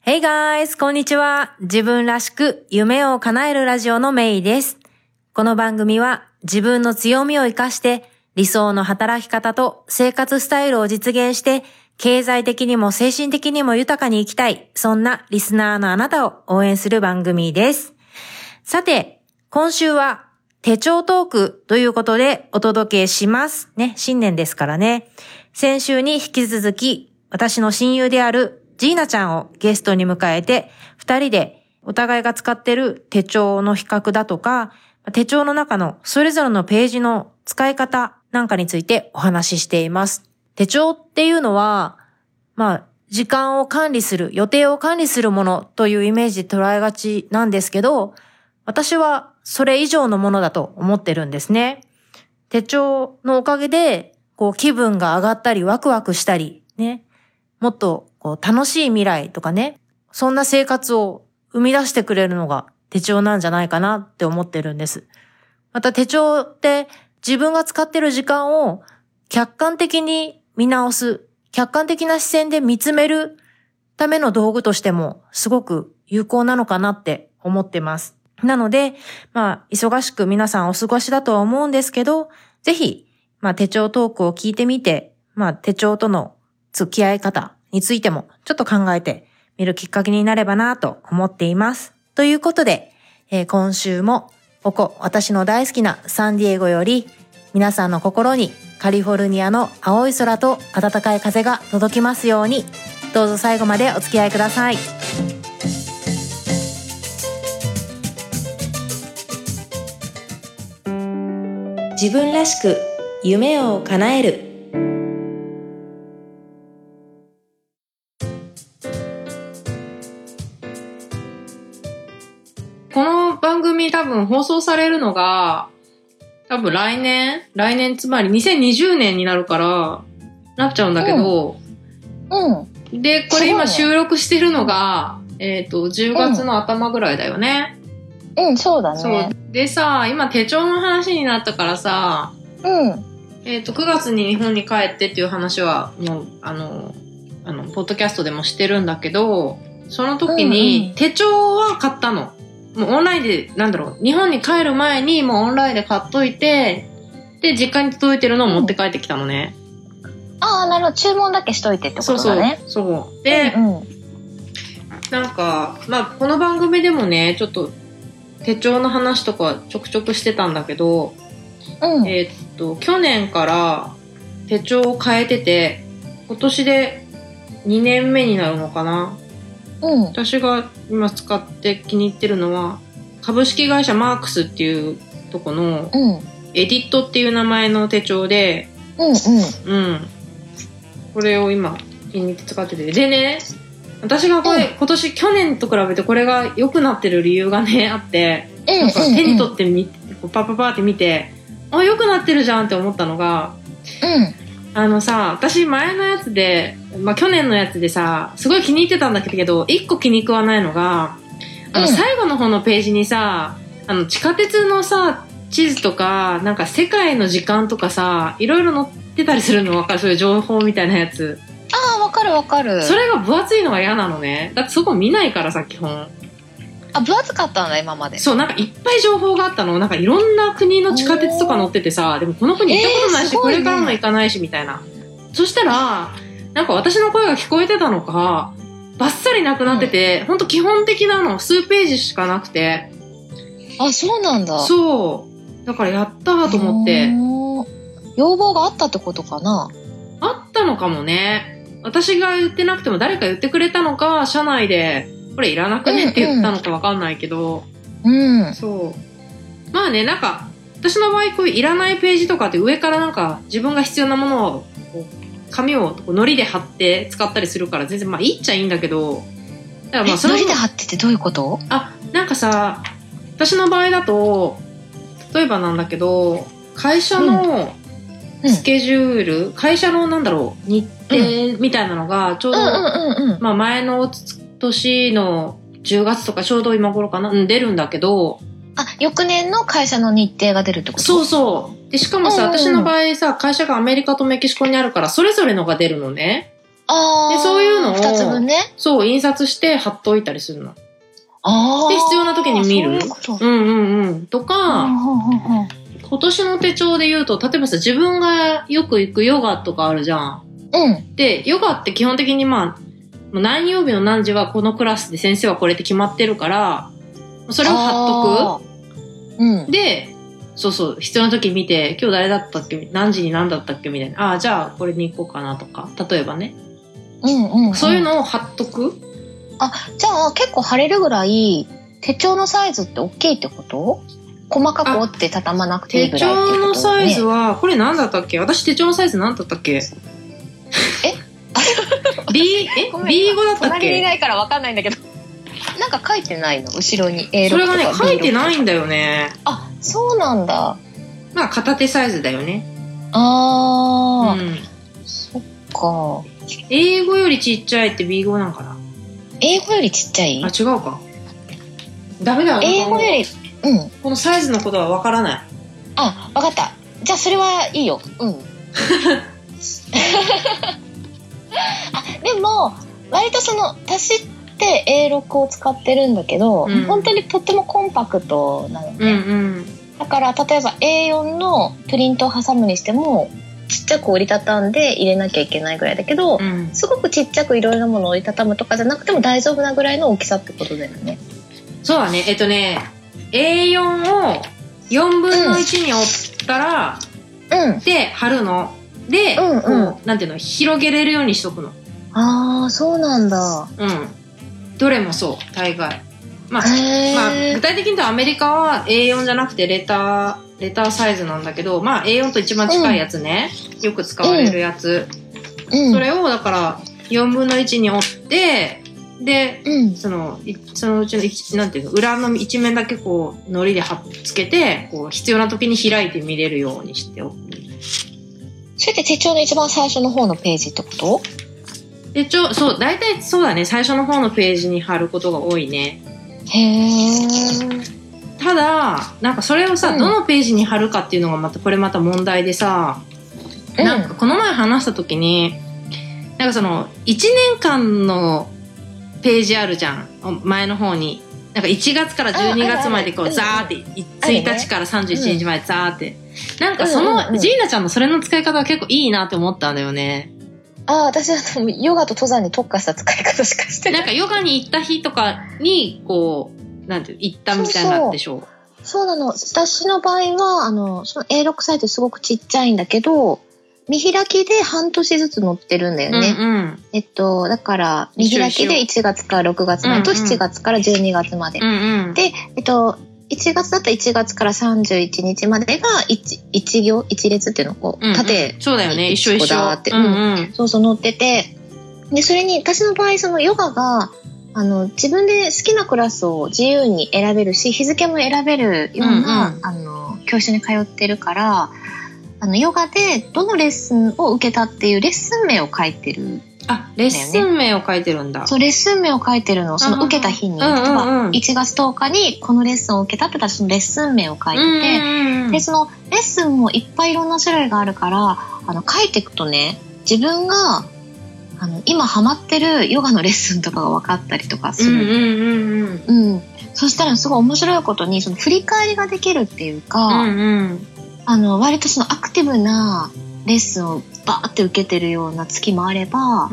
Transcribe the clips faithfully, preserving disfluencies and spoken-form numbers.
Hey guys! こんにちは。自分らしく夢を叶えるラジオのメイです。この番組は自分の強みを生かして理想の働き方と生活スタイルを実現して経済的にも精神的にも豊かに生きたい、そんなリスナーのあなたを応援する番組です。さて、今週は手帳トークということでお届けします。ね、新年ですからね。先週に引き続き私の親友であるジーナちゃんをゲストに迎えて、二人でお互いが使っている手帳の比較だとか、手帳の中のそれぞれのページの使い方なんかについてお話ししています。手帳っていうのは、まあ、時間を管理する、予定を管理するものというイメージで捉えがちなんですけど、私はそれ以上のものだと思ってるんですね。手帳のおかげで、こう気分が上がったりワクワクしたり、ね、もっとこう楽しい未来とかね、そんな生活を生み出してくれるのが手帳なんじゃないかなって思ってるんです。また手帳って自分が使ってる時間を客観的に見直す、客観的な視線で見つめるための道具としてもすごく有効なのかなって思ってます。なので、まあ忙しく皆さんお過ごしだとは思うんですけど、ぜひ、まあ手帳トークを聞いてみて、まあ手帳との付き合い方についてもちょっと考えてみるきっかけになればなと思っています。ということで、えー、今週もここ私の大好きなサンディエゴより皆さんの心にカリフォルニアの青い空と暖かい風が届きますように、どうぞ最後までお付き合いください。自分らしく夢を叶える。 この番組多分放送されるのが多分来年来年つまりにせんにじゅうねんになるからなっちゃうんだけど、 うんうん、 でこれ今収録してるのが、ね、えっとじゅうがつの頭ぐらいだよね。 うん、うん、そうだね。 そうでさ、今手帳の話になったからさ、 うんえっとくがつに日本に帰ってっていう話はもうあのあのポッドキャストでもしてるんだけど、その時に手帳は買ったの。もうオンラインで、なんだろう、日本に帰る前にもうオンラインで買っといて、で、実家に届いてるのを持って帰ってきたのね。 うん、ああ、なるほど。注文だけしといてってことだね。 そうそう。そう。で、うんうん、なんか、まあ、この番組でもね、ちょっと手帳の話とかちょくちょくしてたんだけど、うん、えー、っと、去年から手帳を変えてて、今年でにねんめになるのかな。うん、私が今使って気に入ってるのは株式会社マークスっていうとこのエディットっていう名前の手帳で、うんうんうん、これを今気に入って使ってて、でね、私がこれ、うん、今年去年と比べてこれが良くなってる理由がねあって、うん、なんか手に取ってみ、うん、パパパって見て、あ、良くなってるじゃんって思ったのが、うんあのさ、私前のやつで、まあ、去年のやつでさ、すごい気に入ってたんだけど、一個気に食わないのが、あの、最後の方のページにさ、あの、地下鉄のさ、地図とか、なんか世界の時間とかさ、いろいろ載ってたりするの分かる？そういう情報みたいなやつ。 ああ、分かる分かる。 それが分厚いのが嫌なのね。だってそこ見ないからさ、基本。 あ、分厚かったんだ、今まで。 そう、なんかいっぱい情報があったの。なんかいろんな国の地下鉄とか載っててさ、でもこの国行ったことないし、えーね、これからも行かないしみたいな。そしたら、なんか私の声が聞こえてたのか、バッサリなくなってて、うん、ほんと基本的なの数ページしかなくて。 あ、そうなんだ。 そう。だからやったーと思って。 要望があったってことかな？ あったのかもね。私が言ってなくても誰か言ってくれたのか、社内で、これいらなくねって言ったのかわかんないけど、うんうん、そうまあね、なんか私の場合こういういらないページとかって上からなんか自分が必要なものをこう紙をこう糊で貼って使ったりするから全然まあいいっちゃいいんだけど、 だからまあその糊で貼ってってどういうこと？ あ、なんかさ、私の場合だと例えばなんだけど会社のスケジュール、うんうん、会社のなんだろう日程みたいなのがちょうど、うんうんうんうん、まあ前の年のじゅうがつとかちょうど今頃かな、うん、出るんだけど、 あ、翌年の会社の日程が出るってこと？ そうそう。でしかもさ、うんうん、私の場合さ、会社がアメリカとメキシコにあるからそれぞれのが出るのね。 あで、そういうのを、 ふたつぶんね。 そう、印刷して貼っておいたりするの。 ああ。 で、必要な時に見る。 そういうこと。 うんうんうん。とか、 うんうんうんうん、 今年の手帳で言うと、例えばさ、自分がよく行くヨガとかあるじゃん。 うん。 で、ヨガって基本的にまあ、もう何曜日の何時はこのクラスで先生はこれって決まってるから、それを貼っとく。うん。で、そうそう、必要な時見て、今日誰だったっけ、何時に何だったっけみたいな。ああ、じゃあこれに行こうかなとか、例えばね。 うんうん、うん。 そういうのを貼っとく。 あ、じゃあ結構貼れるぐらい、手帳のサイズって大きいってこと？細かく折って畳まなくていいぐらいっていうこと、ね、 手帳のサイズは、これ何だったっけ？私手帳のサイズ何だったっけ？え？B、え ビーご だったっけ？ 隣にいないから分かんないんだけど。なんか書いてないの？後ろに エーろく とか ビーろくそれがね、書いてないんだよね。 あ、そうなんだ。 まあ片手サイズだよね。 あー、うん、そっか。 英語よりちっちゃいって ビーご なんかな。 英語よりちっちゃい？ あ、違うか。ダメだ。 英語より、うん。 このサイズのことはわからない。 あ、わかった。じゃあそれはいいよ。うん。あ、でも割とその私って エーろく を使ってるんだけど、うん、本当にとってもコンパクトなのね。うんうん、だから例えば エーよん のプリントを挟むにしてもちっちゃく折りたたんで入れなきゃいけないぐらいだけど、うん、すごくちっちゃくいろいろなものを折りたたむとかじゃなくても大丈夫なぐらいの大きさってことだよね。 そうだね。えっとね エーよん をよんぶんのいちに折ったら、うん、で貼るので、うんうん、こうなんていうの、広げれるようにしとくの。 ああ、そうなんだ。 うん。どれもそう、大概。まあ、まあ、具体的に言うとアメリカは エーよん じゃなくてレター、レターサイズなんだけど、まあ エーよん と一番近いやつね。うん、よく使われるやつ。うん、それをだからよんぶんのいちに折って、で、うん、その、そのうちの、なんていうの、裏の一面だけこう、糊で貼っつけて、こう、必要な時に開いて見れるようにしておく。 それって手帳の一番最初の方のページってこと？ 手帳、そう、大体そうだね。最初の方のページに貼ることが多いね。 へー。 ただ、なんかそれをさ、うん、どのページに貼るかっていうのがまた、これまた問題でさ、うん、なんかこの前話した時に、なんかその、いちねんかんのページあるじゃん。前の方に。なんかいちがつからじゅうにがつまでこう、ザーって、ついたちからさんじゅういちにちまでザーって。なんかその、うんうんうん、ジーナちゃんのそれの使い方は結構いいなって思ったんだよね。 ああ、私はヨガと登山に特化した使い方しかしてない。 なんかヨガに行った日とかに、こう、なんていう、行ったみたいなでしょう。 そうそう、そうなの。私の場合は、あの、その エーろく サイズすごくちっちゃいんだけど、見開きで半年ずつ載ってるんだよね。うんうん、えっと、だから、見開きでいちがつからろくがつまでとしちがつからじゅうにがつまで。うんうん、で、えっと、いちがつだったらいちがつからさんじゅういちにちまでが 1, 1行一列っていうのをこう、うんうん、縦そうだよね、一緒一緒って、うんうん、そうそう載ってて、でそれに私の場合そのヨガがあの自分で好きなクラスを自由に選べるし日付も選べるような、うんうん、あの教室に通ってるから、あのヨガでどのレッスンを受けたっていうレッスン名を書いてる。 あ、レッスン名を書いてるんだ。 そう、レッスン名を書いてるのを、その受けた日に、うんうんうん、いちがつとおかにこのレッスンを受けたって言ったらそのレッスン名を書いてて、うんうん、で、そのレッスンもいっぱいいろんな種類があるから、あの、書いていくとね、自分が、あの、今ハマってるヨガのレッスンとかが分かったりとかする。うんうんうんうん。うん。そしたらすごい面白いことに、その振り返りができるっていうか、うんうん、あの、割とそのアクティブなレッスンをバーって受けてるような月もあれば、うん、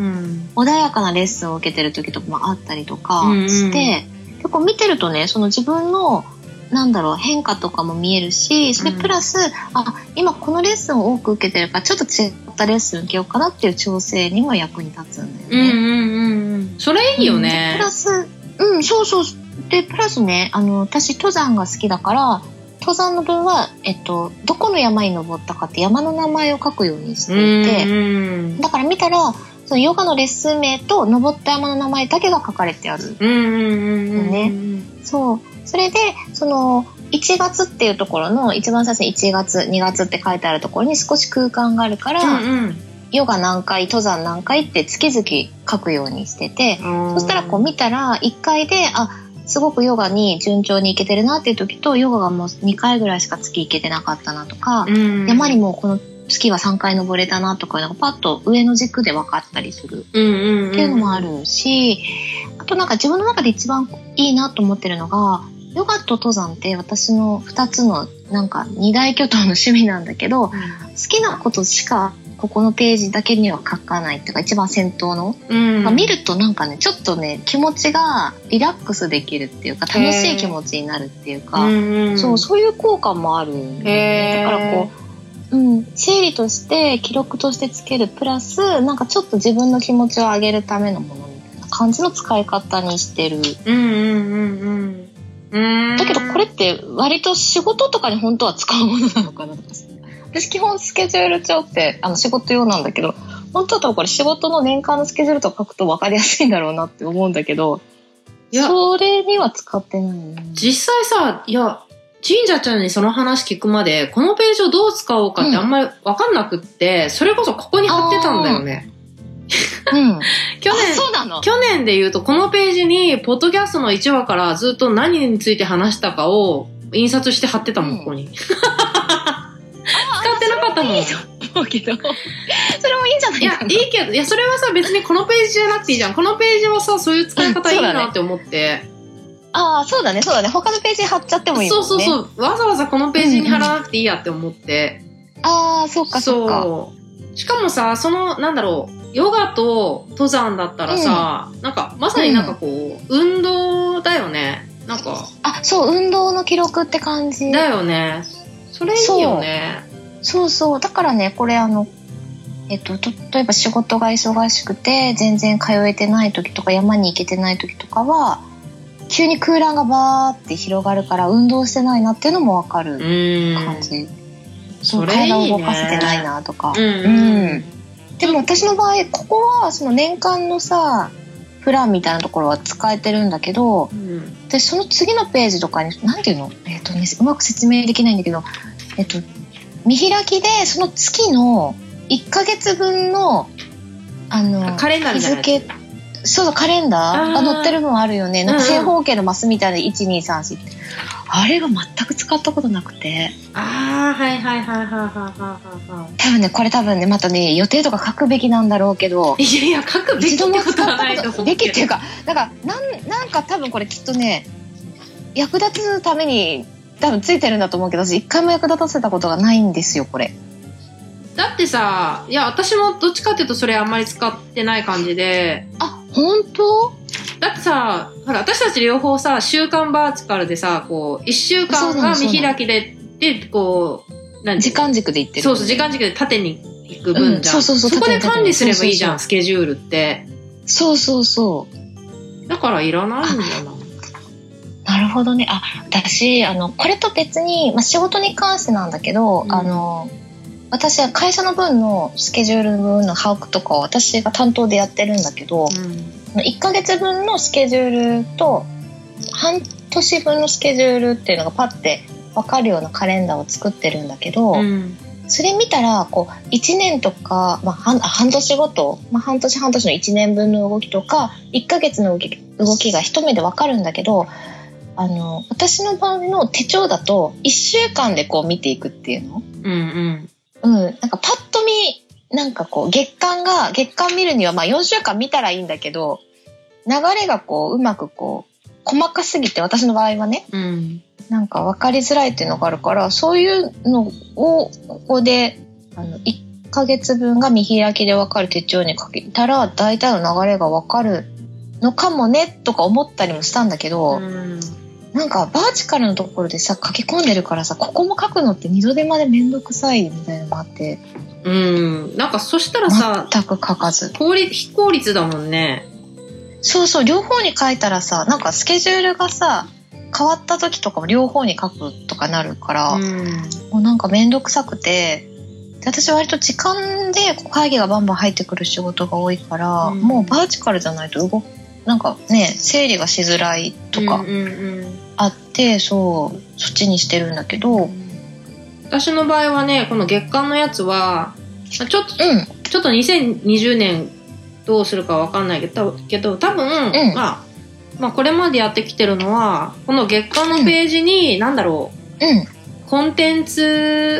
穏やかなレッスンを受けてる時とかもあったりとかして、うんうん、結構見てるとね、その自分のなんだろう変化とかも見えるし、それプラス、うん、あ、今このレッスンを多く受けてるからちょっと違ったレッスン受けようかなっていう調整にも役に立つんだよね。うんうんうん、 それいいよね。 うん、プラス、うん、そうそう。で、プラスね、あの、私登山が好きだから、登山の分は、えっと、どこの山に登ったかって山の名前を書くようにしていて、うん、だから見たら、そのヨガのレッスン名と登った山の名前だけが書かれてある。うんね。そう。それで、その、いちがつっていうところの、一番最初にいちがつ、にがつって書いてあるところに少し空間があるから、うんうん、ヨガ何回、登山何回って月々書くようにしてて、そしたらこう見たら、いっかいで、あ、すごくヨガに順調に行けてるなっていう時と、ヨガがもうにかいぐらいしか月行けてなかったなとか、うん、山にもこの月はさんかい登れたなとか、なんかパッと上の軸で分かったりするっていうのもあるし、あとなんか自分の中で一番いいなと思ってるのが、ヨガと登山って私のふたつのなんか二大巨頭の趣味なんだけど、うん、好きなことしかここのページだけには書かないっていうか、一番先頭の、うんまあ、見るとなんかねちょっとね気持ちがリラックスできるっていうか、楽しい気持ちになるっていうか、うそうそういう効果もあるんだよね。だからこう、うん、整理として記録としてつけるプラス、なんかちょっと自分の気持ちを上げるためのものみたいな感じの使い方にしてる。うんうんうんうんだけどこれって割と仕事とかに本当は使うものなのかなとか、私基本スケジュール帳ってあの仕事用なんだけど、本当は多分これ仕事の年間のスケジュールとか書くと分かりやすいんだろうなって思うんだけど、いやそれには使ってないね。 実際さ、いや神社ちゃんにその話聞くまでこのページをどう使おうかってあんまり分かんなくって、うん、それこそここに貼ってたんだよね。うん、去年そうなの去年で言うとこのページにポッドキャストのいちわからずっと何について話したかを印刷して貼ってたもん、うん、ここに使ってなかったもん。いいと思うけどそれもいいんじゃないかな。 いやいいけど、いやそれはさ別にこのページじゃなくていいじゃん。このページはさそういう使い方いいなって思って、 ああそうだねそうだね他のページに貼っちゃってもいいもんね。 そうそうそう、わざわざこのページに貼らなくていいやって思って、 うんうん、ああそうかそうか。 そうしかもさ、そのなんだろうヨガと登山だったらさ、うん、なんかまさになんかこう、うん、運動だよね。なんかあそう運動の記録って感じだよね。それいいよね。 そうそうそうだからねこれあのえっと例えば仕事が忙しくて全然通えてない時とか山に行けてない時とかは急に空欄がバーって広がるから運動してないなっていうのも分かる感じ。そう体を動かせてないなとか。うん、うんでも私の場合ここはその年間のさプランみたいなところは使えてるんだけど、うん、でその次のページとかに何ていうの、えーとね、うまく説明できないんだけど、えーと、見開きでその月のいっかげつぶんのあのカレンダーみたいな日付そうそうカレンダーが載ってるのあるよね。なんか正方形のマスみたいな いちにさんし あれが全く使ったことなくて。 ああはいはいはいはいはいはい多分ねこれ多分ねまたね予定とか書くべきなんだろうけど、 いやいや書くべきってことはないと思うべきっていうかなんかなんなんか多分これきっとね役立つために多分ついてるんだと思うけど、私一回も役立たせたことがないんですよこれ。 だってさいや私もどっちかっていうとそれあんまり使ってない感じで。 あ本当？ だってさほら私たち両方さ週刊バーチカルでさこういっしゅうかんが見開きででこう何時間軸でいってる。 そうそう時間軸で縦に行く分じゃん、うん、そうそうそうそこで管理すればいいじゃん。スケジュールってそうそうそうだからいらないんだな。 なるほどね。あ私あのこれと別に、まあ、仕事に関してなんだけど、うん、あの私は会社の分のスケジュール分の把握とかを私が担当でやってるんだけど、うん、いっかげつぶんのスケジュールと半年分のスケジュールっていうのがパッて分かるようなカレンダーを作ってるんだけど、うん、それ見たらこういちねんとか、まあ、半, 半年ごと、まあ、半年半年のいちねんぶんの動きとかいっかげつの動き、動きが一目で分かるんだけど、あの私の場合の手帳だといっしゅうかんでこう見ていくっていうの、うんうんうん、なんかパッと見なんかこう月間が月間見るにはまあよんしゅうかん見たらいいんだけど流れがこううまくこう細かすぎて私の場合はね、うん、なんか分かりづらいっていうのがあるからそういうのをここであのいっかげつぶんが見開きで分かる手帳に書けたら大体の流れが分かるのかもねとか思ったりもしたんだけど、うんなんかバーチカルのところでさ書き込んでるからさここも書くのって二度手間でめんどくさいみたいなのがあってうんなんかそしたらさ全く書かず効率非効率だもんね。 そうそう両方に書いたらさなんかスケジュールがさ変わった時とかも両方に書くとかなるからうんもうなんかめんどくさくてで私割と時間で会議がバンバン入ってくる仕事が多いから、うん、もうバーチカルじゃないと動くなんかね整理がしづらいとか、うんうんうんあってそうそっちにしてるんだけど、 私の場合はねこの月間のやつはちょっと、うん、ちょっとにせんにじゅうねんどうするかわかんないけどけど多分、うんまあ、まあこれまでやってきてるのはこの月間のページに、うん、なんだろう、うん、コンテンツ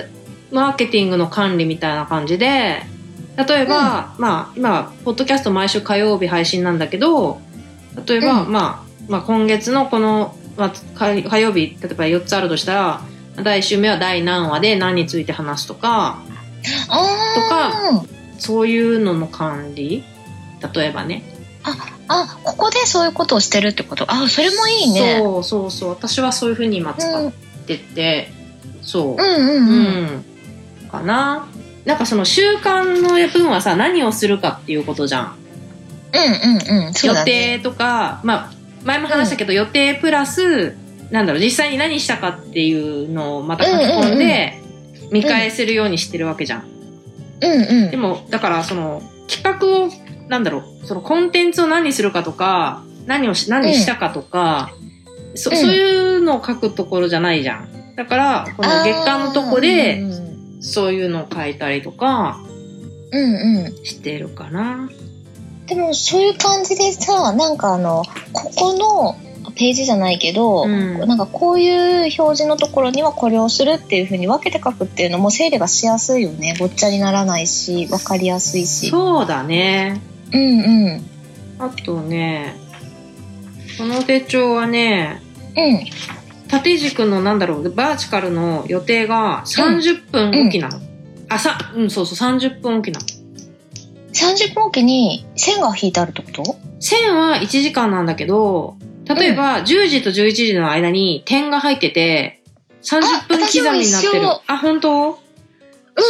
マーケティングの管理みたいな感じで、例えば、うん、まあ今ポッドキャスト毎週火曜日配信なんだけど、例えば、うん、まあ、まあ今月のこの、まあ、火曜日例えばよっつあるとしたら、だいいち週目は第何話で何について話すとかとか、そういうのの管理、例えばね。 ああ、ここでそういうことをしてるってこと。あ、それもいいね。 そうそうそう、私はそういう風に今使ってて、うん、そう、うんうんうん、 うん、かな。なんかその習慣の分はさ、何をするかっていうことじゃん。 うんうんうん、そうだね。 予定とか、まあ前も話したけど、うん、予定プラスなんだろう、実際に何したかっていうのをまた書き込んで見返せるようにしてるわけじゃん。 うんうん。 でもだからその企画をなんだろう、そのコンテンツを何にするかとか、何をし何したかとか、うん、そ, そういうのを書くところじゃないじゃん。だからこの月間のとこでそういうのを書いたりとかしてるかな。うんうん、 でもそういう感じでさ、なんかあのここのページじゃないけど、うん、なんかこういう表示のところにはこれをするっていう風に分けて書くっていうのも整理がしやすいよね。ごっちゃにならないし分かりやすいし。 そうだね。 うんうん。 あとね、この手帳はね、 うん、 縦軸のなんだろう、バーチカルの予定がさんじゅっぷんおきなの。うんうん、あ、さ、うん、そうそう、さんじゅっぷんおきなの。 さんじゅっぷんおきに線が引いてあるってこと？ 線はいちじかんなんだけど、例えば、うん、じゅうじとじゅういちじの間に点が入ってて、さんじゅっぷん刻みになってる。あ、あ、本当？ うん、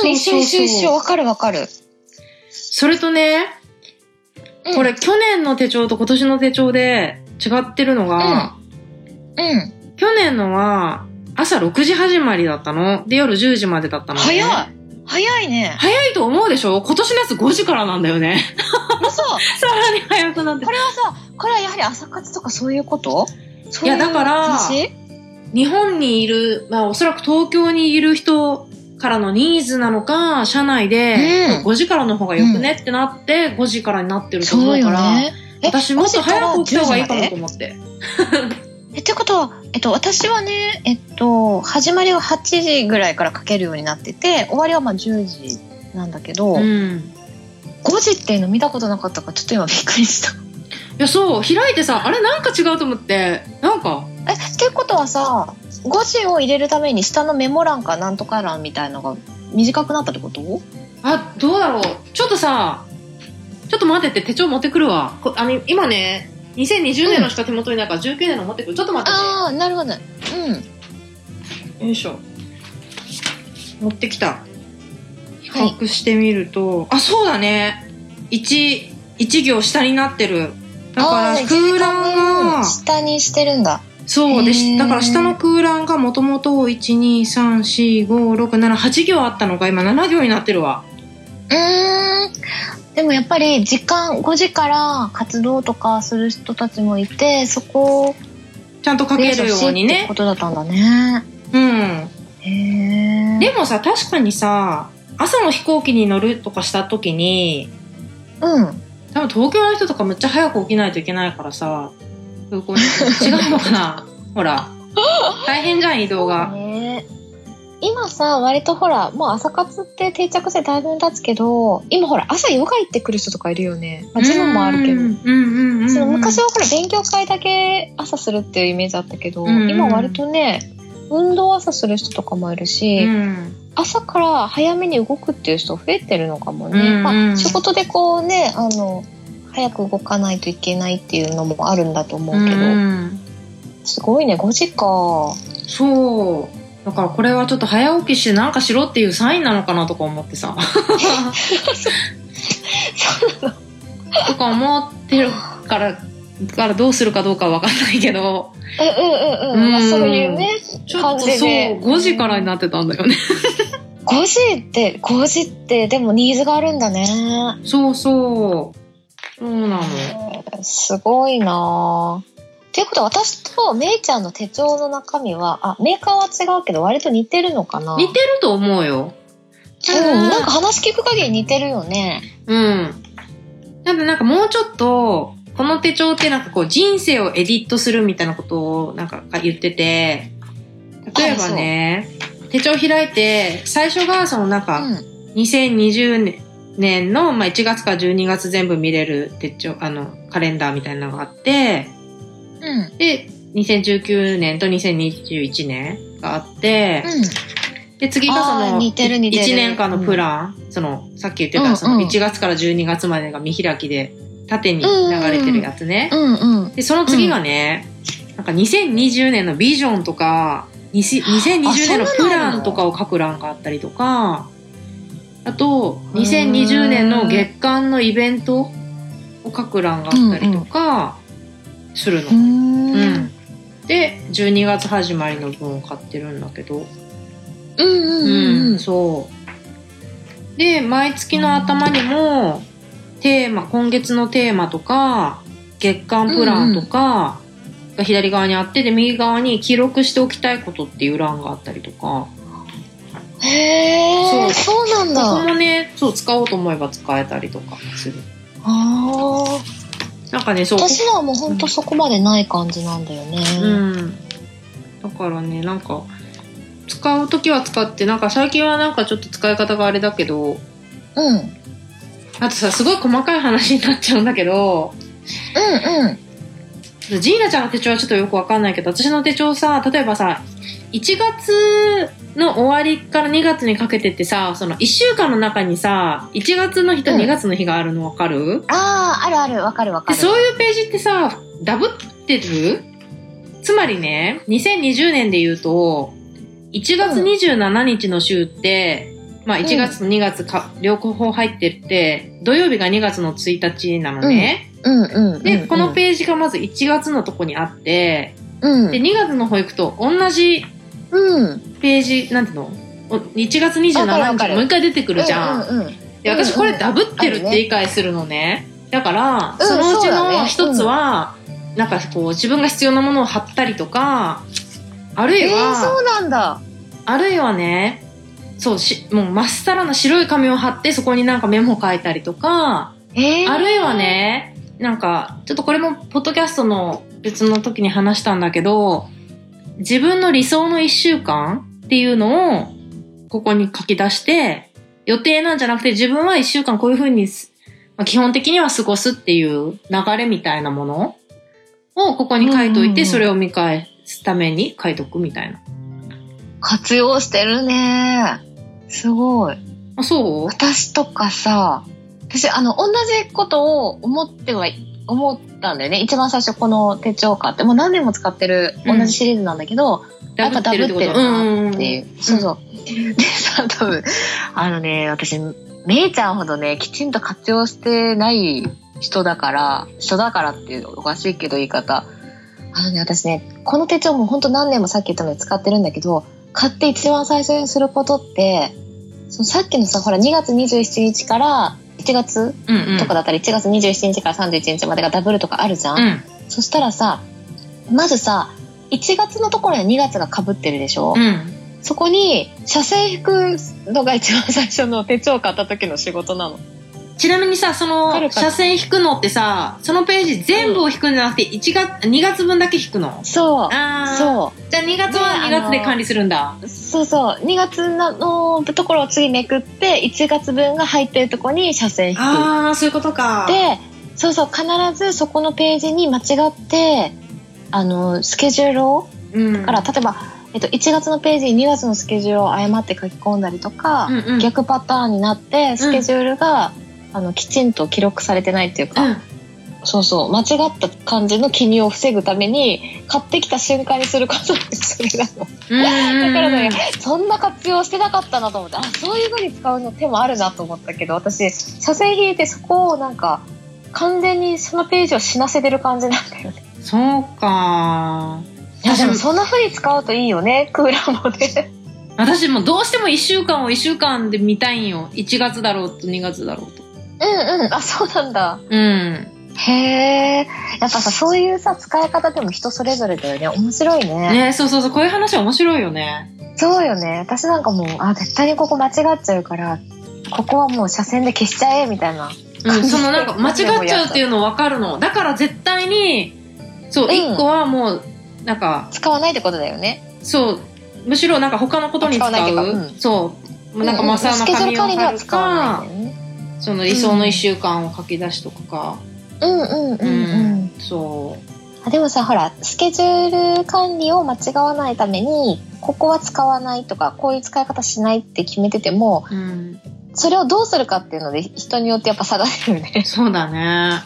一緒一緒一緒、わかるわかる。 それとね、これ、うん、去年の手帳と今年の手帳で違ってるのが、 うん。うん、 去年のは朝ろくじ始まりだったの。で、夜じゅうじまでだったのね。 早い早いね。 早いと思うでしょ？今年のやつごじからなんだよね。 嘘さらに早くなって。 これはさ、これはやはり朝活とかそういうこと？ いや、だから、日本にいる、まあおそらく東京にいる人からのニーズなのか、社内でごじからの方がよくねってなって、ごじからになってると思うから、うんね、私もっと早く起きた方がいいかもと思って。 え、ってことは、えっと、私はね、えっと、始まりははちじぐらいから書けるようになってて、終わりはまあじゅうじなんだけど、うん、ごじっていうの見たことなかったから、ちょっと今びっくりした。いや、そう、開いてさ、あれなんか違うと思って、なんか。 え、ってことはさ、ごじを入れるために下のメモ欄かなんとか欄みたいのが短くなったってこと？ あ、どうだろう。ちょっとさ、ちょっと待ってて、手帳持ってくるわ。こあの今ね、にせんにじゅうねんのしか手元にないから、うん、じゅうきゅうねんの持ってくる。ちょっと待ってて。 ああ、なるほど。 うん。よいしょ。持ってきた。比較してみると、はい、あ、そうだね。1、いち行下になってる。だから空欄が下にしてるんだ。 そうで、だから下の空欄がもともといち、に、さん、よん、ご、ろく、なな、はち行あったのが今なな行になってるわ。 うーん。でもやっぱり時間ごじから活動とかする人たちもいて、そこをちゃんと書けるようにね。 ってことだったんだね。 うん。 へー。 でもさ、確かにさ、朝の飛行機に乗るとかした時に、 うん。 多分東京の人とかむっちゃ早く起きないといけないからさ、空港に違うのかな。ほら、大変じゃん移動が。 ね、今さ、割とほら、もう朝活って定着してだいぶ経つけど、今ほら朝ヨガ行ってくる人とかいるよね。まあ、ジムもあるけど、その昔はほら勉強会だけ朝するっていうイメージあったけど、うんうん、今割とね、運動朝する人とかもいるし、うん、朝から早めに動くっていう人増えてるのかもね。うんうん、まあ、仕事でこうね、あの早く動かないといけないっていうのもあるんだと思うけど、うん、すごいね、ごじか。 そう。だからこれはちょっと早起きしてなんかしろっていうサインなのかなとか思ってさ。 そうなのとか思ってるから、からどうするかどうかは分かんないけど。 うんうんうんうん。まあ、そういうね、 ちょっとそう、ごじからになってたんだよね。 ごじって、ごじってでもニーズがあるんだね。 そうそう。そうなの。 すごいなぁ。っていうことは私とめいちゃんの手帳の中身は、あ、メーカーは違うけど割と似てるのかな。 似てると思うよ。 うん、なんか話聞く限り似てるよね。 うん。多分なんかもうちょっとこの手帳ってなんかこう人生をエディットするみたいなことをなんか言ってて、例えばね、 手帳開いて、最初がそのなんか、うん、にせんにじゅうねんの、まあ、いちがつからじゅうにがつ全部見れる手帳、あの、カレンダーみたいなのがあって、うん、で、にせんじゅうきゅうねんとにせんにじゅういちねんがあって、うん、で、次がその、いちねんかんのプラン、うん、その、さっき言ってた、そのいちがつからじゅうにがつまでが見開きで、縦に流れてるやつね。うんうん、で、その次がね、うん、なんかにせんにじゅうねんのビジョンとか、にせんにじゅうねんのプランとかを書く欄があったりとか、あと、にせんにじゅうねんの月間のイベントを書く欄があったりとか、するの。うんうん、で、じゅうにがつ始まりの分を買ってるんだけど。うんうんうん、うん、そう。で、毎月の頭にも、テーマ、今月のテーマとか、月間プランとかが左側にあって、で、右側に記録しておきたいことっていう欄があったりとか。 へー、そう、そうなんだ。 ここもね、そう、使おうと思えば使えたりとかする。 あー。なんかね、そう。私のはもうほんとそこまでない感じなんだよね。うん。 だからね、なんか、使うときは使って、なんか最近はなんかちょっと使い方があれだけど、うん。あとさ、すごい細かい話になっちゃうんだけど、うんうん。ジーナちゃんの手帳はちょっとよくわかんないけど、私の手帳さ、例えばさ、いちがつの終わりからにがつにかけてってさ、そのいっしゅうかんの中にさ、いちがつの日とにがつの日があるのわかる？うん、 ああ、あるある、わかるわかる。 そういうページってさ、ダブってる？つまりね、にせんにじゅうねんで言うと、いちがつにじゅうしちにちの週って、うん、まあいちがつとにがつか、うん、両方入ってって、土曜日がにがつのついたちなのね。うんうんうん、で、このページがまずいちがつのとこにあって、うん、で、にがつの方行くと同じページ、なんていうの？いちがつにじゅうしちにちもう一回出てくるじゃん。うんうんうん、で、私これダブってるって理解するのね。だから、そのうちの一つは、うん、なんかこう自分が必要なものを貼ったりとか、あるいは、えー、そうなんだ。 あるいはね、そうし、もうまっさらな白い紙を貼ってそこになんかメモ書いたりとか、えー、あるいはね、なんかちょっとこれもポッドキャストの別の時に話したんだけど、自分の理想のいっしゅうかんっていうのをここに書き出して、予定なんじゃなくて自分はいっしゅうかんこういう風に、まあ、基本的には過ごすっていう流れみたいなものをここに書いといて、それを見返すために書いとくみたいな。 活用してるね。すごい。 あ、そう？ 私とかさ、私あの同じことを思っては思ったんだよね。一番最初この手帳買ってもう何年も使ってる同じシリーズなんだけど、うん、やっぱダブってるなっていう。うん、そうそう。でさ、多分あのね、私めいちゃんほどねきちんと活用してない人だから人だからっていうおかしいけど言い方。あのね、私ねこの手帳も本当何年もさっき言ったので使ってるんだけど、買って一番最初にすることってそのさっきのさほらにがつにじゅうしちにちからいちがつとかだったらいちがつにじゅうしちにちからさんじゅういちにちまでがダブルとかあるじゃん、うん、そしたらさまずさいちがつのところににがつが被ってるでしょ、うん、そこに写生引くのが一番最初の手帳を買った時の仕事なの。 ちなみにさ、その写線引くのってさ、そのページ全部を引くんじゃなくていちがつにがつぶんだけ引くの？ そう。 あそう。 じゃあにがつはにがつで管理するんだ。 そうそう。にがつのところを次めくっていちがつぶんが入ってるところに写線引く。 ああ、そういうことか。 で、そうそう、必ずそこのページに間違ってあのスケジュールを、うん、だから例えばえっと、いちがつのページににがつのスケジュールを誤って書き込んだりとか、うんうん、逆パターンになってスケジュールが、うん、あのきちんと記録されてないっていうか、うん、そうそう間違った感じの記入を防ぐために買ってきた瞬間にすることがそれなの。だからねそんな活用してなかったなと思って、あそういう風に使うの手もあるなと思ったけど、私写線引いてそこをなんか完全にそのページを死なせてる感じなんだよね。 そうか。 いやでもそんな風に使うといいよね、クーラーもね。 私もどうしてもいっしゅうかんをいっしゅうかんで見たいんよ。いちがつだろうとにがつだろうと。 うんうん、あそうなんだ。 うん。 へえ。やっぱさそういうさ使い方でも人それぞれだよね。面白いね。 ね、そうそうそう、こういう話面白いよね。 そうよね。私なんかもうあ絶対にここ間違っちゃうからここはもう車線で消しちゃえみたいな。 うん、そのなんか間違っちゃうっていうの分かるの。だから絶対にそう、うん、いっこはもうなんか使わないってことだよね。 そうむしろなんか他のことに使う、うん、そうなんかマサの紙を貼るか、うんうんね、その理想のいっしゅうかんを書き出しとかか、 うんうんうんうん、うん、そうでもさほらスケジュール管理を間違わないためにここは使わないとかこういう使い方しないって決めてても、うん、それをどうするかっていうので人によってやっぱ差が出るよね。 そうだね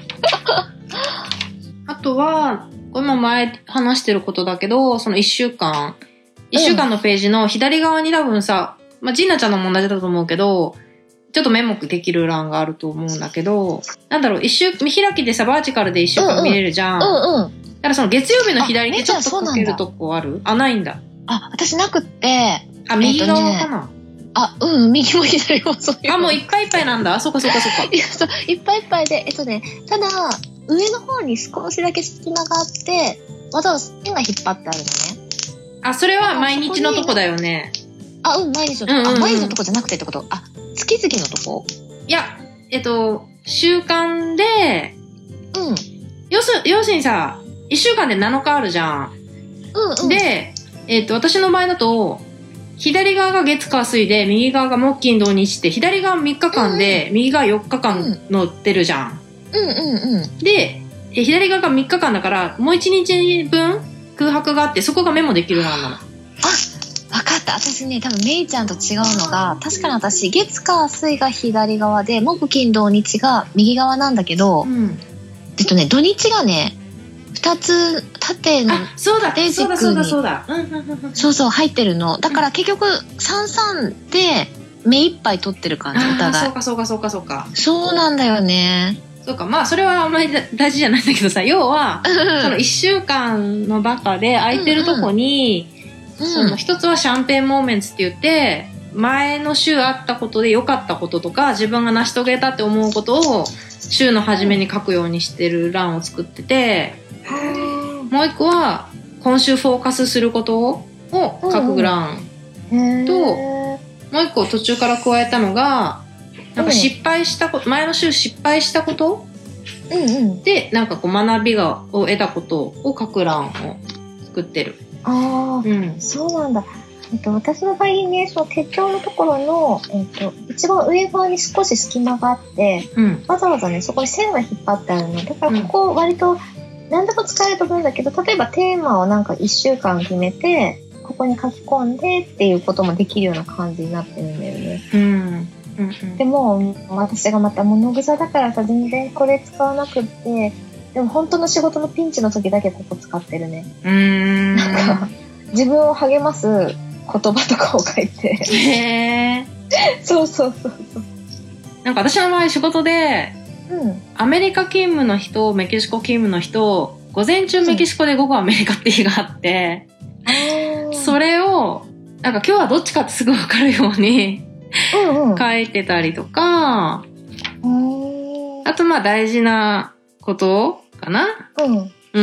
あとは今前話してることだけどそのいっしゅうかんいっしゅうかんのページの左側に多分さ、まあ、ジーナちゃんのも同じだと思うけどちょっとメモできる欄があると思うんだけどなんだろう一周見開きでさバーチカルでいっしゅうかん見れるじゃん、うんうんうん、だからその月曜日の左にちょっと書けるとこある？あないんだ。 あ私なくってあ右側かな、 えーあうん右も左もそういうあもういっぱいいっぱいなんだ。そうかそうかそうかいやそういっぱいいっぱいでえっとねただ上の方に少しだけ隙間があってわざわざ線が引っ張ってあるのね。 あそれは毎日のとこだよね。 あうん毎日のとこ、うんうんうん、あ毎日のとこじゃなくてってこと？あ月々のとこ？ いやえっと週間でうん要す要するにさいっしゅうかんでなのかあるじゃん、うんうん、で、えっと私の場合だと左側が月火水で右側が木金土日って左側みっかかんで、うん、右側よっかかん載ってるじゃん、うんうんうん、で左側がみっかかんだからもういちにちぶん空白があってそこがメモできる欄なの。あ分かった私ね多分メイちゃんと違うのが確かに私月火水が左側で木金土日が右側なんだけど、うん、えっとね土日がねふたつ縦の縦軸にそうだそうだそうそう入ってるのだから結局さんさんで目いっぱい取ってる感じお互い。 そうかそうかそうかそうかそうなんだよね。 そうかまあそれはあんまり大事じゃないんだけどさ要はそのいっしゅうかんの中で空いてるとこに、うんうん、その一つはシャンペーンモーメンツって言って前の週あったことで良かったこととか自分が成し遂げたって思うことを週の初めに書くようにしてる欄を作ってて、もう一個は今週フォーカスすることを書く欄と、もう一個途中から加えたのがなんか失敗したこと前の週失敗したこと、うんうん、でなんかこう学びがを得たことを書く欄を作ってる。 ああ、うん、そうなんだ。えっと、私の場合ね、その手帳のところの、えっと、一番上側に少し隙間があって、うん、わざわざねそこに線が引っ張ってあるのだからここ割と何でも使えると思うんだけど、例えばテーマをなんかいっしゅうかん決めてここに書き込んでっていうこともできるような感じになってるんだよね、うんうんうん、でも私がまた物臭だからさ全然これ使わなくってでも本当の仕事のピンチの時だけここ使ってるね。うーんなんか自分を励ます言葉とかを書いてへーそうそうそうそうなんか私の場合仕事で、うん、アメリカ勤務の人メキシコ勤務の人午前中メキシコで午後アメリカって日があって、うん、それをなんか今日はどっちかってすぐ分かるように、うんうん、書いてたりとか、うん、あとまあ大事なことかな、うん、うん、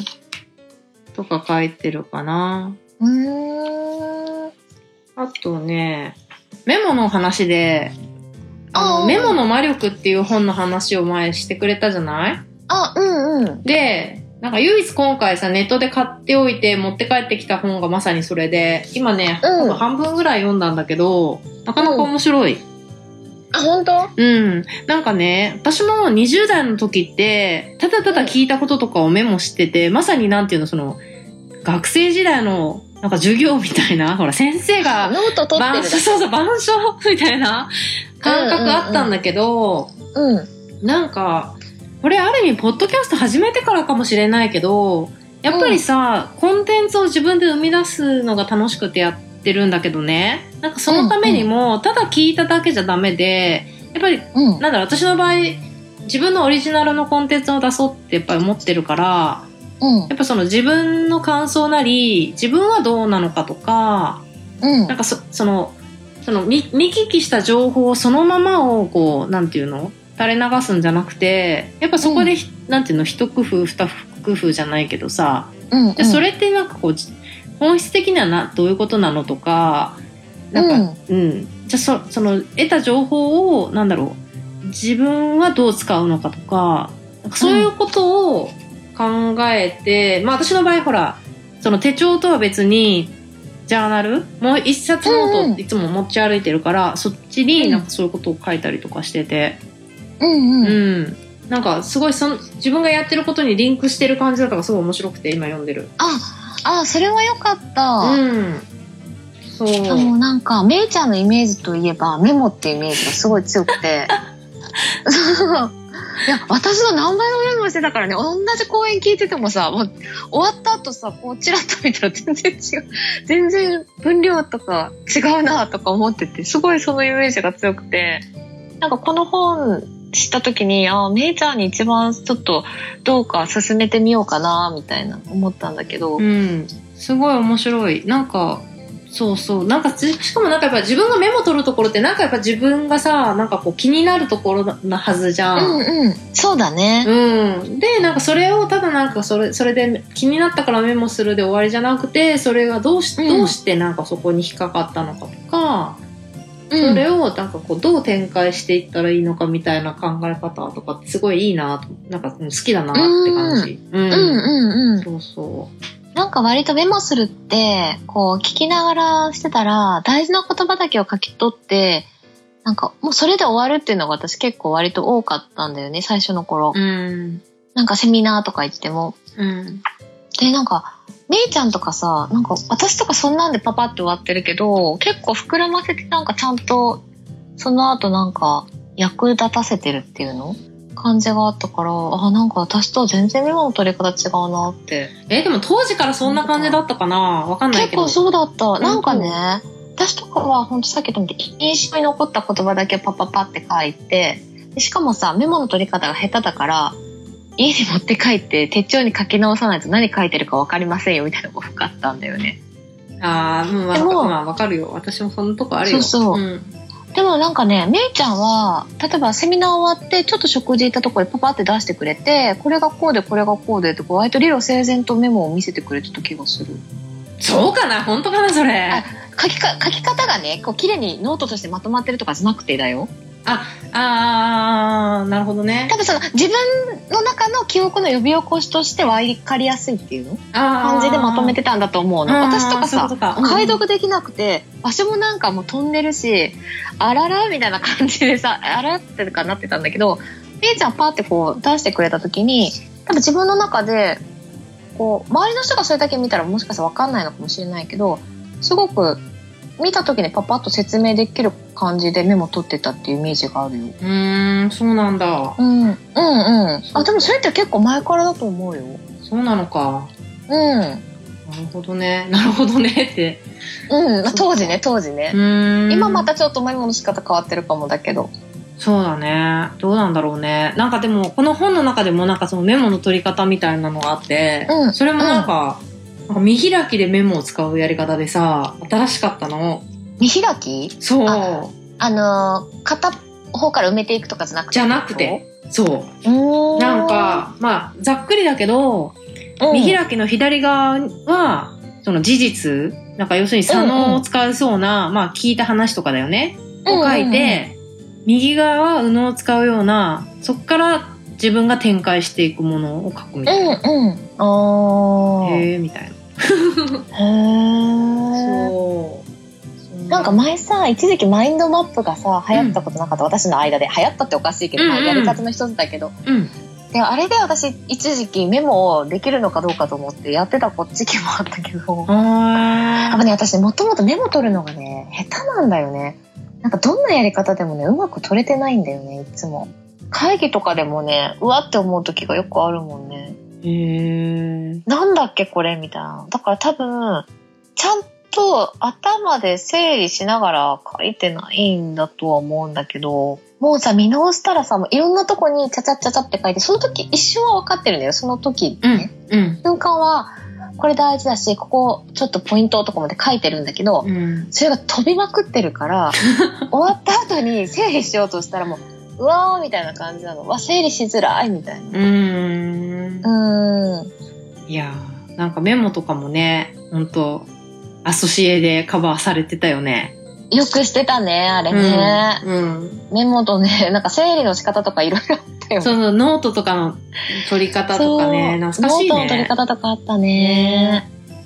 とか書いてるかな。うーんあとねメモの話であのメモの魔力っていう本の話を前してくれたじゃない？あうんうんでなんか唯一今回さネットで買っておいて持って帰ってきた本がまさにそれで今ね、うん、半分ぐらい読んだんだけどなかなか面白い、うん、 あ本当？ うんなんかね私もにじゅう代の時ってただただ聞いたこととかをメモしてて、うん、まさになんていうのその学生時代のなんか授業みたいなほら先生がノート取ってるだけそうそう板書みたいな感覚あったんだけど、うんうんうん、なんかこれある意味ポッドキャスト始めてからかもしれないけどやっぱりさ、うん、コンテンツを自分で生み出すのが楽しくてやってるんだけどねなんかそのためにも、うんうん、ただ聞いただけじゃダメでやっぱり、うん、なんだろう私の場合自分のオリジナルのコンテンツを出そうってやっぱり思ってるからうん、やっぱその自分の感想なり自分はどうなのかとか、うん、なんか そ, そのその 見, 見聞きした情報をそのままをこうなんていうの垂れ流すんじゃなくてやっぱそこで、うん、なんていうの一工夫二工夫じゃないけどさ、うんうん、でそれってなんかこう本質的にはなどういうことなのとかなんか、うんうん、じゃ そ, その得た情報をなんだろう自分はどう使うのかとか、なんかそういうことを考えて、まあ私の場合ほらその手帳とは別にジャーナルもう一冊ノートいつも持ち歩いてるから、うん、そっちになんかそういうことを書いたりとかしてて、 うんうん、うん、 なんかすごいその自分がやってることにリンクしてる感じだったからすごい面白くて今読んでる。 ああ、それは良かった。 うん。そう。 あのなんかめいちゃんのイメージといえばメモっていうイメージがすごい強くて。いや私の何倍もメモしてたからね、同じ公演聞いててもさ、もう終わった後さ、こうチラッと見たら全然違う、全然分量とか違うなとか思ってて、すごいそのイメージが強くて、なんかこの本知った時に、あ、めいちゃんに一番ちょっとどうか進めてみようかなみたいな思ったんだけど、 うん、すごい面白い。なんかそうそう、なんかしかもなんかやっぱ自分がメモ取るところってなんかやっぱ自分がさ、なんかこう気になるところなはずじゃん。 うんうん、そうだね。 うん。でなんかそれをただなんかそれそれで気になったからメモするで終わりじゃなくて、それがどうし、どうしてなんかそこに引っかかったのかとか、うん、それをなんかこうどう展開していったらいいのかみたいな考え方とかってすごいいいなと、なんか好きだなって感じ。 うんうんうんうん。 そうそう。 なんか割とメモするってこう聞きながらしてたら大事な言葉だけを書き取ってなんかもうそれで終わるっていうのが私結構割と多かったんだよね、最初の頃。うん、なんかセミナーとか行っても、うん、でなんかめいちゃんとかさ、なんか私とかそんなんでパパって終わってるけど結構膨らませてなんかちゃんとその後なんか役立たせてるっていうの感じがあったから、あ、なんか私と全然メモの取り方違うなって。 え、でも当時からそんな感じだったかな、わかんないけど。 結構そうだった。なんかね、私とかは本当さっき言ったみたいに印象に残った言葉だけパパパって書いて、でしかもさメモの取り方が下手だから家に持って帰って手帳に書き直さないと何書いてるか分かりませんよみたいなのが深かったんだよね。 ああ、うん、でもまあ分かるよ。私もそのとこあるよ。 そうそう。うん、でもなんかね、めいちゃんは例えばセミナー終わってちょっと食事行ったところでパパって出してくれて、これがこうでこれがこうでってこう割と理路整然とメモを見せてくれてた気がする。 そうかな、本当かなそれ。 あ、書きか書き方がね、こう綺麗にノートとしてまとまってるとかじゃなくてだよ。 ああー、なるほどね。 多分その自分の中の記憶の呼び起こしとして分かりやすいっていうの感じでまとめてたんだと思うの。私とかさ、か、うん、解読できなくて場所もなんかもう飛んでるし、あららみたいな感じでさ、あらってかなってたんだけど、めいちゃんパーってこう出してくれた時に、多分自分の中でこう周りの人がそれだけ見たらもしかしたら分かんないのかもしれないけど、すごく見た時にパパッと説明できる感じでメモ取ってたっていうイメージがあるよ。 うーん、そうなんだ。 うん、うんうん。あ、でもそれって結構前からだと思うよ。 そうなのか。 うん。なるほどね。なるほどねって。 うん、まあ、当時ね、当時ね。うん今またちょっとメモの仕方変わってるかもだけど。 そうだね。どうなんだろうね。なんかでもこの本の中でもなんかそのメモの取り方みたいなのがあって、うん、それもなんか。うんなんか見開きでメモを使うやり方でさ、新しかったの。 見開き？ そう。 あ、あのー、片方から埋めていくとかじゃなくて？ じゃなくて。そう。なんか、まあ、ざっくりだけど、うん、見開きの左側は、その事実、なんか要するに左脳を使うそうな、うんうん、まあ聞いた話とかだよね。を書いて、うんうんうん、右側は右脳を使うような、そっから自分が展開していくものを書くみたいな。うんうん。あへーみたいな。へーそうなんか前さ、一時期マインドマップがさ流行ったことなかった、うん、私の間で流行ったっておかしいけど、うんうん、やり方の一つだけど、うん、であれで私一時期メモをできるのかどうかと思ってやってたこっち期もあったけど、やっぱね私もともとメモ取るのがね下手なんだよね。なんかどんなやり方でもねうまく取れてないんだよね。いつも会議とかでもねうわって思う時がよくあるもんね。へーなんだっけこれみたいな。だから多分ちゃんと頭で整理しながら書いてないんだとは思うんだけど、もうさ見直したらさもういろんなとこにチャチャチャチャって書いて、その時一瞬は分かってるんだよ。その時ね、うんうん、瞬間はこれ大事だしここちょっとポイントとかまで書いてるんだけど、うん、それが飛びまくってるから終わった後に整理しようとしたらもううわーみたいな感じなの。わ整理しづらいみたいな。うーんうーんいやーなんかメモとかもねほんとアソシエでカバーされてたよね。 よくしてたねあれね、うんうん、メモとねなんか整理の仕方とかいろいろあったよね。 そうそうノートとかの取り方とかね懐かしいね。 ノートの取り方とかあったね。ね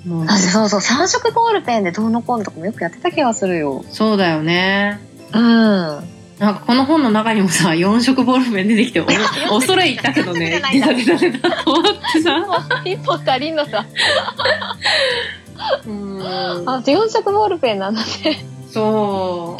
うん、あ、そうそう、さん色ボールペンでどうのこうのとかもよくやってた気がするよ。 そうだよね。 うん。 なんかこの本の中にもさ、よん色ボールペン出てきて、お恐れ入ったけどね、出た出た出たと思ってさ。 一歩足りんのさ。 うん。 あ、よん色ボールペンなんだね。 そう。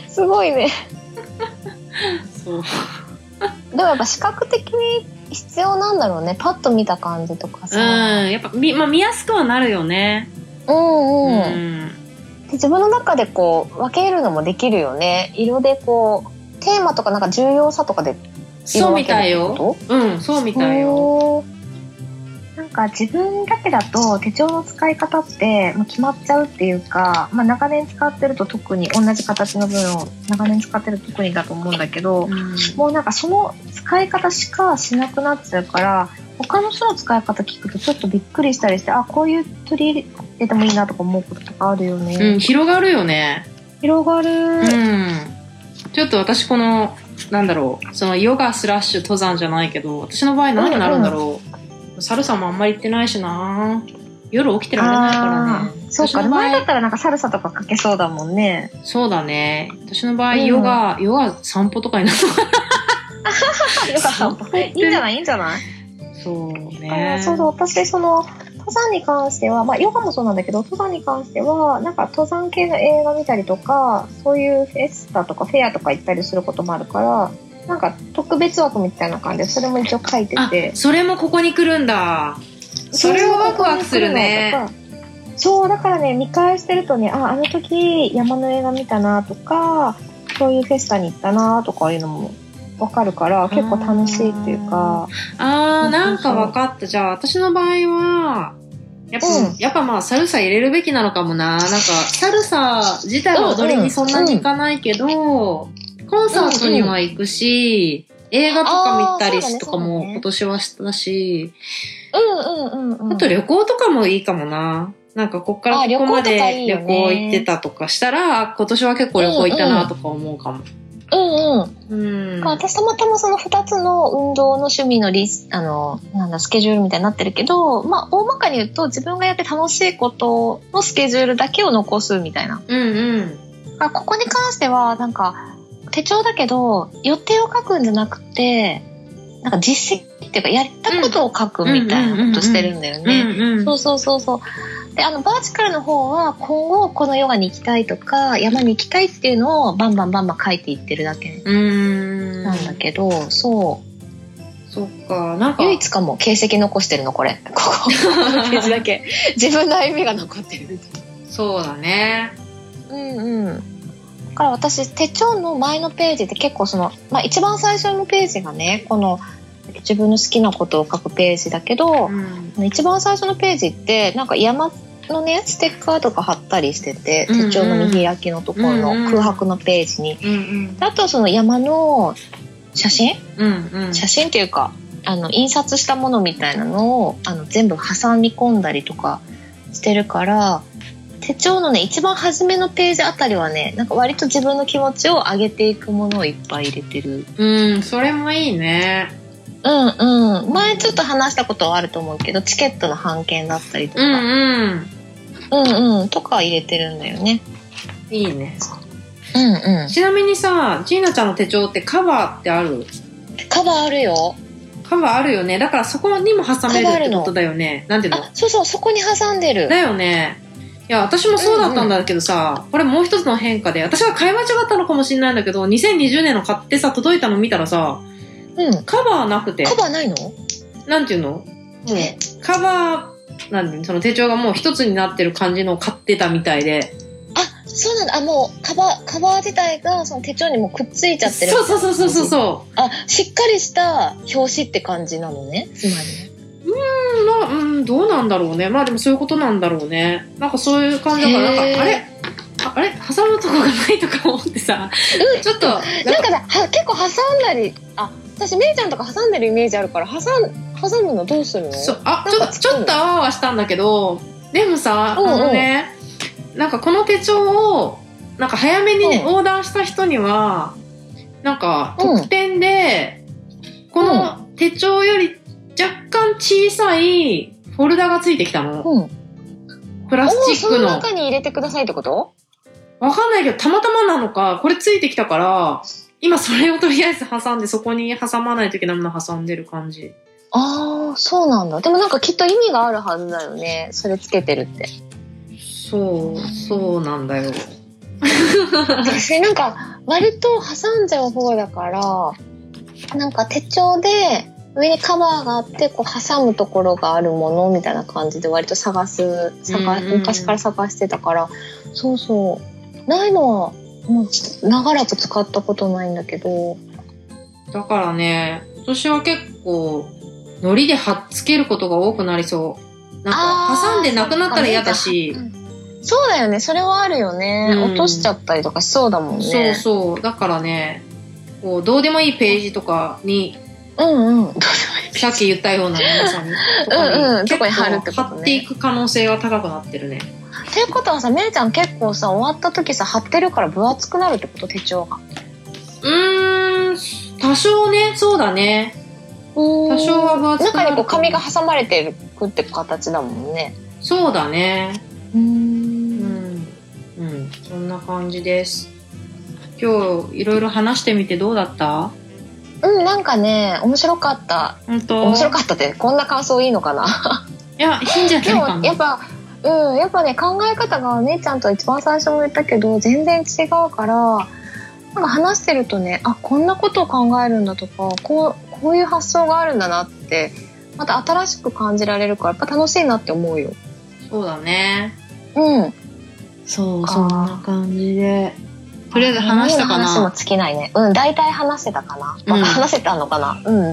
すごいね。 そう。 でもやっぱ視覚的に必要なんだろうね。パッと見た感じとかさ。 うん。やっぱ見、まあ、見やすくはなるよね。 うんうん。 うんで自分の中でこう分けるのもできるよね。色でこうテーマとかなんか重要さとかでそうみたいよ。うん、そうみたいよ。 なんか自分だけだと手帳の使い方ってもう決まっちゃうっていうか、まあ、長年使ってると特に同じ形の分を長年使ってると特にだと思うんだけど、うん、もうなんかその使い方しかしなくなっちゃうから他の人の使い方聞くとちょっとびっくりしたりして、あ、こういう取り入れてもいいなとか思うこととかあるよね。 うん、広がるよね。 広がる。 うん。ちょっと私このなんだろう、そのヨガスラッシュ登山じゃないけど、私の場合何になるんだろう。うんうん、サルサもあんまり行ってないしな。夜起きてられないからね。 そうか、前だったらなんかサルサとかかけそうだもんね。 そうだね。私の場合、うん、ヨガヨガ散歩とかになるのかな。 ヨガ散歩。いいんじゃないいいんじゃない。 そうね。 そうそう、私その登山に関しては、まあヨガもそうなんだけど、登山に関してはなんか登山系の映画見たりとか、そういうフェスタとかフェアとか行ったりすることもあるから、なんか特別枠みたいな感じでそれも一応書いてて。 あ、それもここに来るんだ。それはワクワクするね。 そうだからね、見返してるとね、あ、あの時山の映画見たなとか、そういうフェスタに行ったなとかいうのもわかるから結構楽しいっていうか。 あー、なんかわかった。じゃあ私の場合はやっぱ、うん、やっぱまあサルサ入れるべきなのかもな。なんかサルサ自体は踊りにそんなに行かないけど、うんうん、コンサートには行くし、うんうん、映画とか見たりとかも今年はしたし、 うんうんうんうん、 あと旅行とかもいいかもな。なんかこっからここまで旅行行ってたとかしたら、今年は結構旅行行ったなとか思うかも。 うんうん。うん、私たまたまそのふたつの運動の趣味のリス、あの、なんだ、スケジュールみたいになってるけど、まあ、大まかに言うと自分がやって楽しいことのスケジュールだけを残すみたいな。 うんうん。 ここに関しては、なんか、手帳だけど、予定を書くんじゃなくて、なんか実績っていうか、やったことを書くみたいなことしてるんだよね。そうそうそうそう。で、あのバーチカルの方は今後このヨガに行きたいとか山に行きたいっていうのをバンバンバンバン書いていってるだけなんだけど、そうそっか、なんか唯一かも形跡残してるのこれ、こここのページだけ自分の歩みが残ってる。 そうだね。 うんうん。だから私手帳の前のページって結構その、まあ、一番最初のページがねこの自分の好きなことを書くページだけど、うん、一番最初のページってなんか山のねステッカーとか貼ったりしてて、うんうん、手帳の見開きのところの空白のページに、うんうん、あとはその山の写真、うんうん、写真っていうかあの印刷したものみたいなのをあの全部挟み込んだりとかしてるから、手帳のね一番初めのページあたりはねなんか割と自分の気持ちを上げていくものをいっぱい入れてる。 うん、それもいいね。 うんうん、前ちょっと話したことはあると思うけどチケットの半券だったりとか、うんうんうんうんとか入れてるんだよね。 いいね。 うんうん。 ちなみにさ、ジーナちゃんの手帳ってカバーってある？ カバーあるよ。 カバーあるよね。だからそこにも挟めるってことだよね。なんていうの？ あ、そうそう、そこに挟んでる。 だよね。いや私もそうだったんだけどさ、うんうん、これもう一つの変化で私は買い間違ったのかもしれないんだけどにせんにじゅうねんの買ってさ届いたの見たらさ、うん、カバーなくて。 カバーないの？ なんていうの？もうカバーなんでその手帳がもう一つになってる感じのを買ってたみたいで。 あ、そうなんだ。あ、もうカバーカバー自体がその手帳にもくっついちゃってる。 そうそうそうそうそうそう。 あ、しっかりした表紙って感じなのね。つまり。 うーん、まあ、うん、どうなんだろうね。まあでもそういうことなんだろうね。なんかそういう感じだからなんかあれ。あ, あれ挟むとこがないとか思ってさ、うん、ちょっとなんかなんかは結構挟んだり、あ、私めいちゃんとか挟んでるイメージあるから挟ん挟むのどうするの？ そう、あ、ちょっとちょっとあわあわしたんだけど、でもさ、うんうん、あのね、なんかこの手帳をなんか早めに、ね、うん、オーダーした人にはなんか特典で、うん、この手帳より若干小さいフォルダがついてきたの。うん、 プラスチックの。 その中に入れてくださいってこと？ わかんないけど、たまたまなのか、これついてきたから、今それをとりあえず挟んで、そこに挟まないといけないもの挟んでる感じ。 ああ、そうなんだ。でもなんかきっと意味があるはずだよね。それつけてるって。 そう、そうなんだよ。 私なんか割と挟んじゃう方だから、なんか手帳で上にカバーがあってこう挟むところがあるものみたいな感じで割と探す探昔から探してたから、そうそうないのはもう長らく使ったことないんだけど。 だからね、私は結構糊で貼っつけることが多くなりそう。なんか挟んでなくなったら嫌だし。 そうだよね、それはあるよね、うん、落としちゃったりとかしそうだもんね。 そうそう、だからね、こうどうでもいいページとかに、 うんうん、 さっき言ったような皆さんにうんうん、結構貼るってことね。 貼っていく可能性が高くなってるね。 っていうことはさ、めいちゃん結構さ、終わった時さ、貼ってるから分厚くなるってこと？手帳が。 うーん、多少ね、そうだね。多少は分厚くなる。 中にこう紙が挟まれてるって形だもんね。 そうだね。 うーん。 うん、そんな感じです。今日いろいろ話してみてどうだった？ うん、なんかね、面白かった。 本当？ 面白かったって、こんな感想いいのかな？ いや、いいんじゃないかな。 でもやっぱ、うん、やっぱね、考え方がお姉ちゃんと一番最初も言ったけど、全然違うから、なんか話してるとね、あ、こんなことを考えるんだとか、こう、こういう発想があるんだなって、また新しく感じられるから、やっぱ楽しいなって思うよ。 そうだね。 うん。 そう、そんな感じで。とりあえず話したかな。 話も尽きないね。うん、大体話せたかな。また話せたのかな。うん。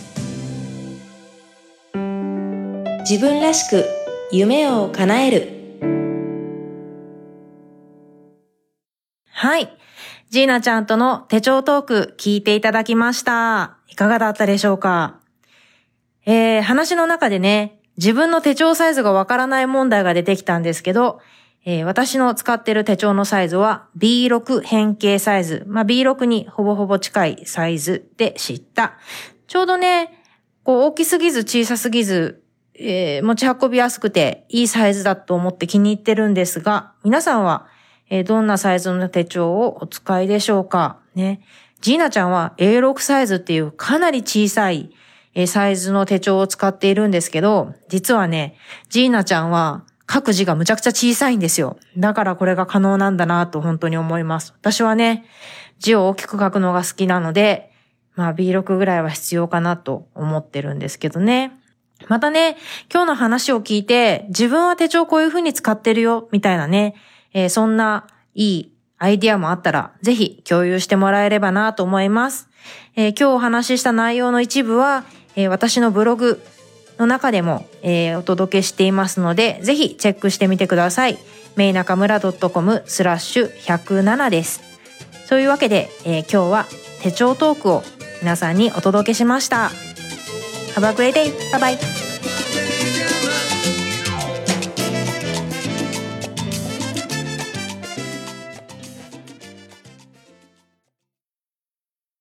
自分らしく夢を叶える。はい。ジーナちゃんとの手帳トーク聞いていただきました。いかがだったでしょうか？えー、話の中でね、自分の手帳サイズがわからない問題が出てきたんですけど、えー、私の使っている手帳のサイズは ビーろく 変形サイズ。まあ、ビーろく にほぼほぼ近いサイズで知った。ちょうどね、こう大きすぎず小さすぎず、えー、持ち運びやすくていいサイズだと思って気に入ってるんですが、皆さんは、えー、どんなサイズの手帳をお使いでしょうかね。ジーナちゃんは エーろく サイズっていうかなり小さい、えー、サイズの手帳を使っているんですけど、実はね、ジーナちゃんは書く字がむちゃくちゃ小さいんですよ。だからこれが可能なんだなと本当に思います。私はね、字を大きく書くのが好きなので、まあ ビーろく ぐらいは必要かなと思ってるんですけどね。またね、今日の話を聞いて、自分は手帳こういう風に使ってるよ、みたいなね、えー、そんないいアイディアもあったら、ぜひ共有してもらえればなと思います。えー、今日お話しした内容の一部は、えー、私のブログの中でも、えー、お届けしていますので、ぜひチェックしてみてください。めいなかむら .com スラッシュひゃくななです。そういうわけで、えー、今日は手帳トークを皆さんにお届けしました。Have a great day. Bye bye.